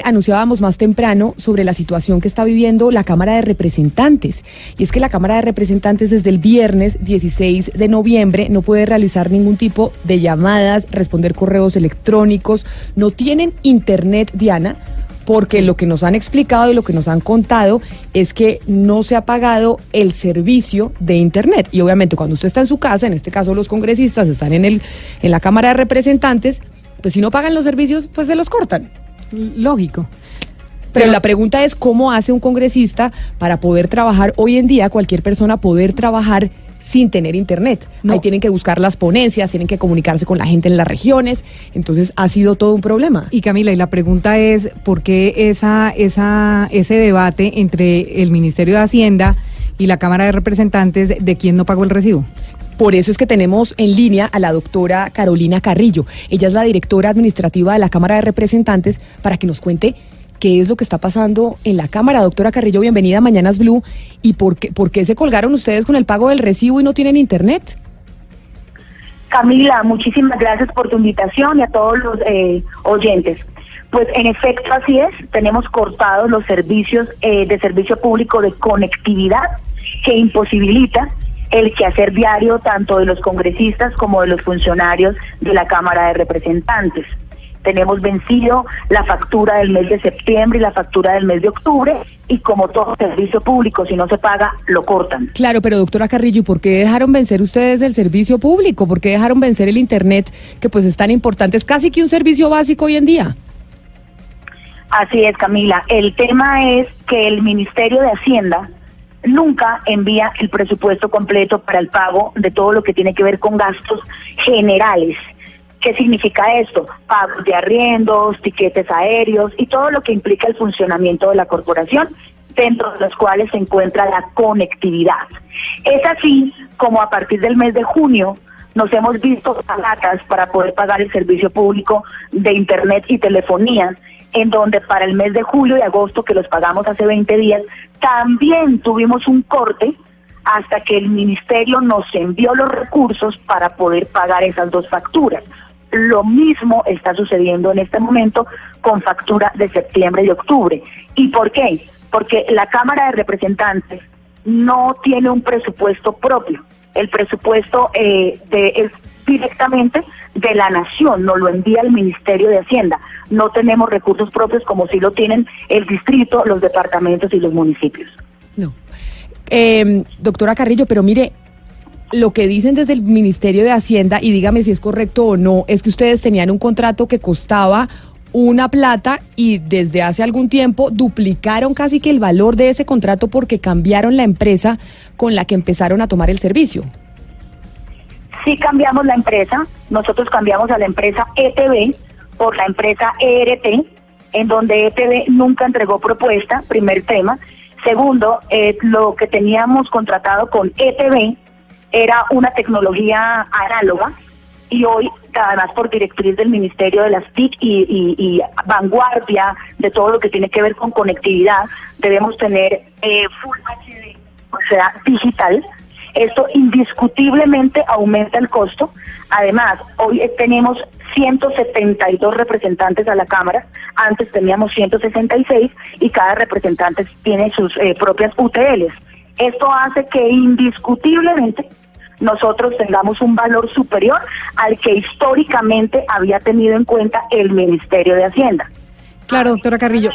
anunciábamos más temprano sobre la situación que está viviendo la Cámara de Representantes. Y es que la Cámara de Representantes desde el viernes 16 de noviembre no puede realizar ningún tipo de llamadas, responder correos electrónicos, no tienen internet, Diana, porque lo que nos han explicado y lo que nos han contado es que no se ha pagado el servicio de internet. Y obviamente cuando usted está en su casa, en este caso los congresistas están en la Cámara de Representantes, pues si no pagan los servicios, pues se los cortan. Lógico. Pero la pregunta es cómo hace un congresista para poder trabajar hoy en día, cualquier persona poder trabajar sin tener internet. No. Ahí tienen que buscar las ponencias, tienen que comunicarse con la gente en las regiones, entonces ha sido todo un problema. Y Camila, y la pregunta es, ¿por qué ese debate entre el Ministerio de Hacienda y la Cámara de Representantes de quién no pagó el recibo? Por eso es que tenemos en línea a la doctora Carolina Carrillo. Ella es la directora administrativa de la Cámara de Representantes para que nos cuente qué es lo que está pasando en la Cámara. Doctora Carrillo, bienvenida a Mañanas Blue. ¿Y por qué se colgaron ustedes con el pago del recibo y no tienen internet? Camila, muchísimas gracias por tu invitación y a todos los oyentes. Pues en efecto así es, tenemos cortados los servicios de servicio público de conectividad que imposibilita el quehacer diario tanto de los congresistas como de los funcionarios de la Cámara de Representantes. Tenemos vencido la factura del mes de septiembre y la factura del mes de octubre, y como todo servicio público, si no se paga, lo cortan. Claro, pero doctora Carrillo, ¿por qué dejaron vencer ustedes el servicio público? ¿Por qué dejaron vencer el internet, que pues es tan importante? Es casi que un servicio básico hoy en día. Así es, Camila. El tema es que el Ministerio de Hacienda nunca envía el presupuesto completo para el pago de todo lo que tiene que ver con gastos generales. ¿Qué significa esto? Pagos de arriendos, tiquetes aéreos y todo lo que implica el funcionamiento de la corporación, dentro de los cuales se encuentra la conectividad. Es así como a partir del mes de junio nos hemos visto pagatas para poder pagar el servicio público de internet y telefonía, en donde para el mes de julio y agosto, que los pagamos hace 20 días, también tuvimos un corte hasta que el ministerio nos envió los recursos para poder pagar esas dos facturas. Lo mismo está sucediendo en este momento con factura de septiembre y octubre. ¿Y por qué? Porque la Cámara de Representantes no tiene un presupuesto propio. El presupuesto es directamente de la Nación, nos lo envía el Ministerio de Hacienda. No tenemos recursos propios como sí lo tienen el distrito, los departamentos y los municipios. No. Doctora Carrillo, pero mire, lo que dicen desde el Ministerio de Hacienda, y dígame si es correcto o no, es que ustedes tenían un contrato que costaba una plata y desde hace algún tiempo duplicaron casi que el valor de ese contrato porque cambiaron la empresa con la que empezaron a tomar el servicio. Sí cambiamos la empresa, nosotros cambiamos a la empresa ETV por la empresa ERT, en donde ETV nunca entregó propuesta, primer tema. Segundo, lo que teníamos contratado con ETV era una tecnología análoga, y hoy, además por directriz del Ministerio de las TIC y vanguardia de todo lo que tiene que ver con conectividad, debemos tener Full HD, o sea, digital. Esto indiscutiblemente aumenta el costo. Además, hoy tenemos 172 representantes a la Cámara, antes teníamos 166 y cada representante tiene sus propias UTLs. Esto hace que indiscutiblemente nosotros tengamos un valor superior al que históricamente había tenido en cuenta el Ministerio de Hacienda. Claro, doctora Carrillo,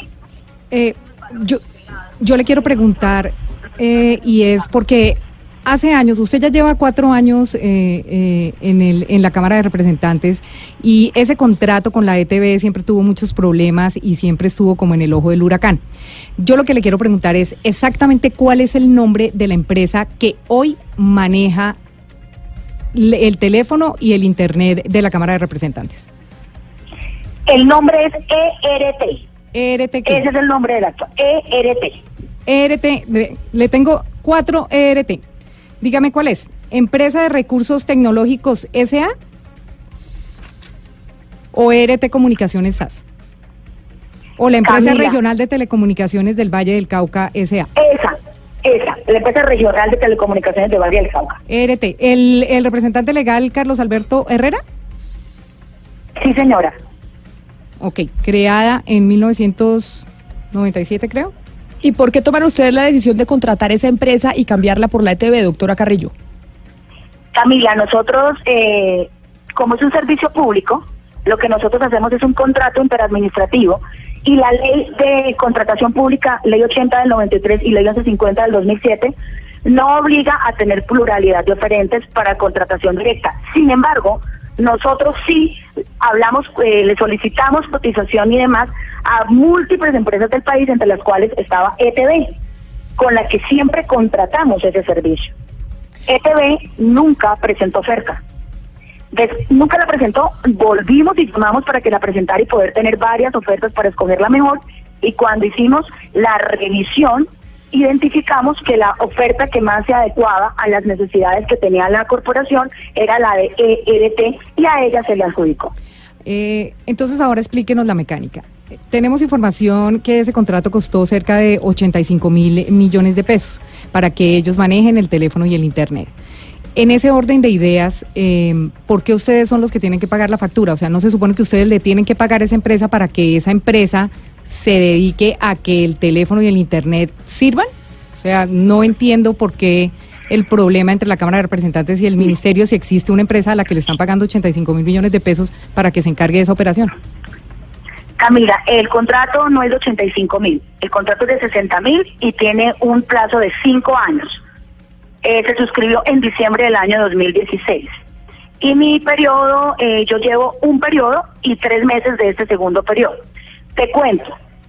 yo le quiero preguntar, y es porque hace años, usted ya lleva 4 años en la Cámara de Representantes, y ese contrato con la ETV siempre tuvo muchos problemas y siempre estuvo como en el ojo del huracán. Yo lo que le quiero preguntar es exactamente cuál es el nombre de la empresa que hoy maneja el teléfono y el internet de la Cámara de Representantes. El nombre es ERT. ¿ERT qué? Ese es el nombre del acto, ERT. ERT, le tengo 4 ERT. Dígame cuál es. ¿Empresa de Recursos Tecnológicos S.A. o ERT Comunicaciones SAS? ¿O la Empresa Camila Regional de Telecomunicaciones del Valle del Cauca S.A.? Esa, la Empresa Regional de Telecomunicaciones del Valle del Cauca. ERT. ¿El representante legal Carlos Alberto Herrera? Sí, señora. Ok, creada en 1997, creo. ¿Y por qué toman ustedes la decisión de contratar esa empresa y cambiarla por la ETV, doctora Carrillo? Camila, nosotros, como es un servicio público, lo que nosotros hacemos es un contrato interadministrativo y la ley de contratación pública, ley 80 del 93 y ley 1150 del 2007, no obliga a tener pluralidad de oferentes para contratación directa. Sin embargo, nosotros sí hablamos, le solicitamos cotización y demás a múltiples empresas del país, entre las cuales estaba ETV, con la que siempre contratamos ese servicio. ETV nunca presentó oferta. Nunca la presentó, volvimos y llamamos para que la presentara y poder tener varias ofertas para escoger la mejor, y cuando hicimos la revisión identificamos que la oferta que más se adecuaba a las necesidades que tenía la corporación era la de EDT y a ella se le adjudicó. Entonces ahora explíquenos la mecánica. Tenemos información que ese contrato costó cerca de 85.000 millones de pesos para que ellos manejen el teléfono y el internet. En ese orden de ideas, ¿por qué ustedes son los que tienen que pagar la factura? O sea, ¿no se supone que ustedes le tienen que pagar a esa empresa para que esa empresa se dedique a que el teléfono y el internet sirvan? O sea, no entiendo por qué el problema entre la Cámara de Representantes y el Ministerio si existe una empresa a la que le están pagando 85.000 millones de pesos para que se encargue de esa operación. Camila, el contrato no es de 85.000, el contrato es de 60.000 y tiene un plazo de 5 años. Se suscribió en diciembre del año 2016. Y mi periodo, yo llevo un periodo y 3 meses de este segundo periodo. Te cuento,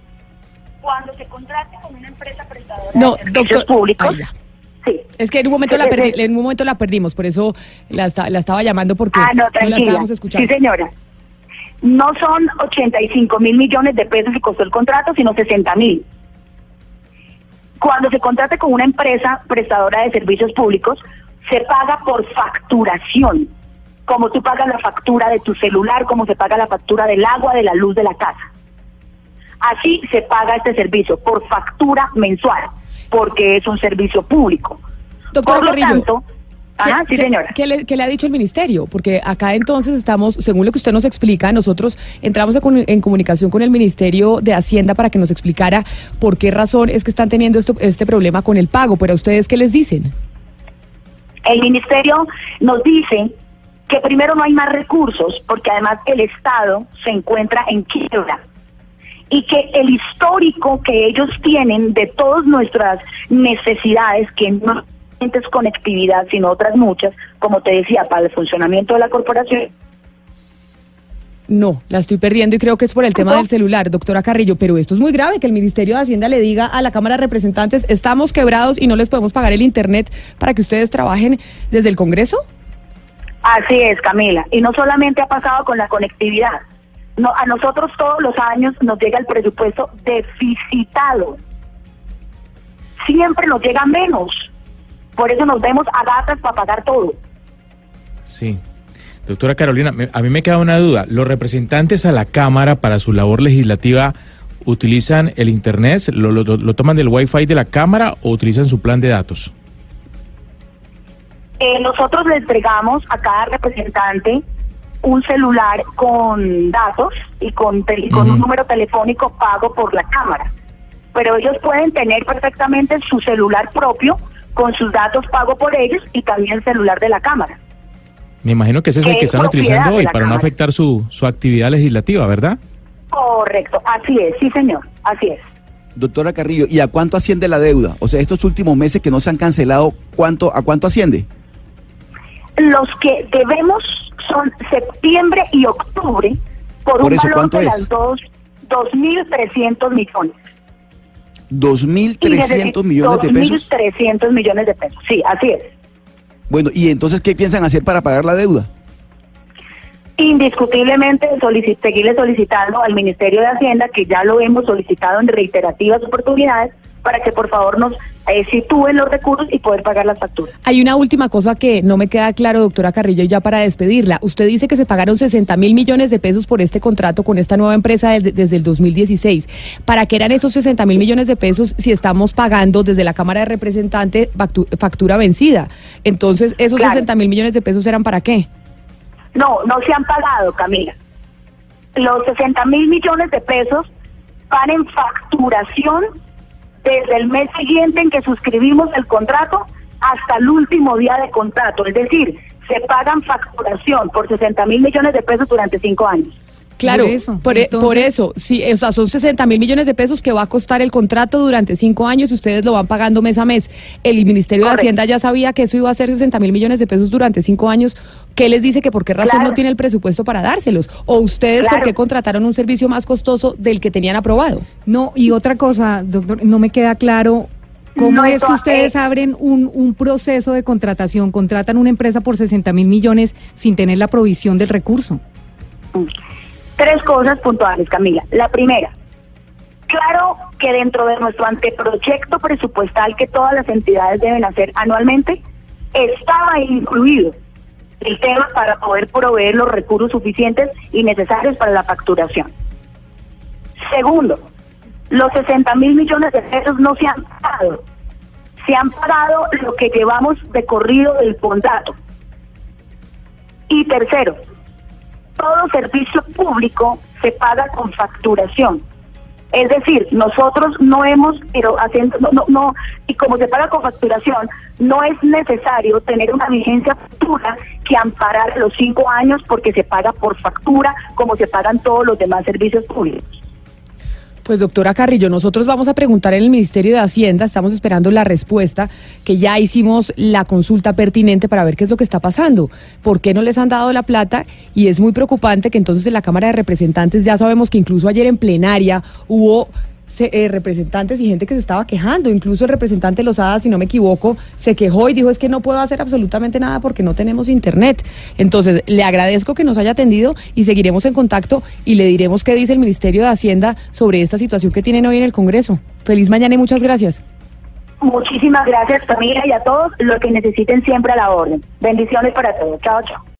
cuando se contrate con una empresa prestadora de servicios públicos... Sí. Es que en un momento la perdimos, por eso la estaba llamando porque no la estábamos escuchando. Sí, señora. No son 85.000 millones de pesos que costó el contrato, sino 60.000. Cuando se contrate con una empresa prestadora de servicios públicos, se paga por facturación, como tú pagas la factura de tu celular, como se paga la factura del agua, de la luz de la casa. Así se paga este servicio, por factura mensual, porque es un servicio público. Doctora Carrillo, por lo tanto, sí, señora. ¿Qué le ha dicho el ministerio? Porque acá entonces estamos, según lo que usted nos explica, nosotros entramos en comunicación con el Ministerio de Hacienda para que nos explicara por qué razón es que están teniendo este problema con el pago. Pero ¿a ustedes qué les dicen? El ministerio nos dice que primero no hay más recursos, porque además el Estado se encuentra en quiebra. Y que el histórico que ellos tienen de todas nuestras necesidades, que no es conectividad, sino otras muchas, como te decía, para el funcionamiento de la corporación. No, la estoy perdiendo y creo que es por el tema del celular, doctora Carrillo, pero esto es muy grave, que el Ministerio de Hacienda le diga a la Cámara de Representantes, estamos quebrados y no les podemos pagar el internet para que ustedes trabajen desde el Congreso. Así es, Camila, y no solamente ha pasado con la conectividad. No, a nosotros todos los años nos llega el presupuesto deficitado. Siempre nos llega menos. Por eso nos vemos a gatas para pagar todo. Sí. Doctora Carolina, a mí me queda una duda. ¿Los representantes a la Cámara para su labor legislativa utilizan el Internet? ¿Lo toman del Wi-Fi de la Cámara o utilizan su plan de datos? Nosotros le entregamos a cada representante un celular con datos y con un número telefónico pago por la Cámara. Pero ellos pueden tener perfectamente su celular propio con sus datos pago por ellos y también el celular de la Cámara. Me imagino que ese es el que están utilizando hoy para no afectar su actividad legislativa, ¿verdad? Correcto, así es, sí señor, así es. Doctora Carrillo, ¿y a cuánto asciende la deuda? O sea, estos últimos meses que no se han cancelado, ¿a cuánto asciende? Los que debemos son septiembre y octubre por un eso, valor de las dos, 2.300 millones. 2.300 millones de pesos. 2.300 millones de pesos, sí, así es. Bueno, ¿y entonces qué piensan hacer para pagar la deuda? Indiscutiblemente seguirle solicitando al Ministerio de Hacienda, que ya lo hemos solicitado en reiterativas oportunidades, para que por favor nos sitúen los recursos y poder pagar las facturas. Hay una última cosa que no me queda claro, doctora Carrillo, y ya para despedirla. Usted dice que se pagaron 60.000 millones de pesos por este contrato con esta nueva empresa desde el 2016. ¿Para qué eran esos 60.000 millones de pesos si estamos pagando desde la Cámara de Representantes factura vencida? Entonces, ¿esos 60.000 millones de pesos eran para qué? No se han pagado, Camila. los 60.000 millones de pesos van en facturación desde el mes siguiente en que suscribimos el contrato hasta el último día de contrato. Es decir, se pagan facturación por 60.000 millones de pesos durante 5 años. Claro, por Entonces, eso, sí, o sea, son 60.000 millones de pesos que va a costar el contrato durante 5 años y ustedes lo van pagando mes a mes. El Ministerio Correcto. de Hacienda ya sabía que eso iba a ser 60.000 millones de pesos durante 5 años. ¿Qué les dice que por qué razón Claro. no tiene el presupuesto para dárselos? ¿O ustedes Claro. por qué contrataron un servicio más costoso del que tenían aprobado? no, y otra cosa, doctor, no me queda claro. ¿Cómo No, es que eso, ustedes abren un proceso de contratación, contratan una empresa por 60.000 millones sin tener la provisión del recurso? 3 cosas puntuales, Camila. La primera, claro que dentro de nuestro anteproyecto presupuestal que todas las entidades deben hacer anualmente, estaba incluido el tema para poder proveer los recursos suficientes y necesarios para la facturación. Segundo, los 60.000 millones de pesos no se han pagado. Se han pagado lo que llevamos de corrido del contrato. Y tercero, todo servicio público se paga con facturación. Es decir, nosotros no hemos, pero haciendo, no, y como se paga con facturación, no es necesario tener una vigencia futura que amparar los 5 años porque se paga por factura, como se pagan todos los demás servicios públicos. Pues doctora Carrillo, nosotros vamos a preguntar en el Ministerio de Hacienda, estamos esperando la respuesta, que ya hicimos la consulta pertinente para ver qué es lo que está pasando, por qué no les han dado la plata, y es muy preocupante que entonces en la Cámara de Representantes ya sabemos que incluso ayer en plenaria hubo representantes y gente que se estaba quejando, incluso el representante Lozada, si no me equivoco, se quejó y dijo es que no puedo hacer absolutamente nada porque no tenemos internet. Entonces, le agradezco que nos haya atendido y seguiremos en contacto y le diremos qué dice el Ministerio de Hacienda sobre esta situación que tienen hoy en el Congreso. Feliz mañana y muchas gracias. Muchísimas gracias, Camila, y a todos los que necesiten siempre a la orden. Bendiciones para todos. Chao, chao.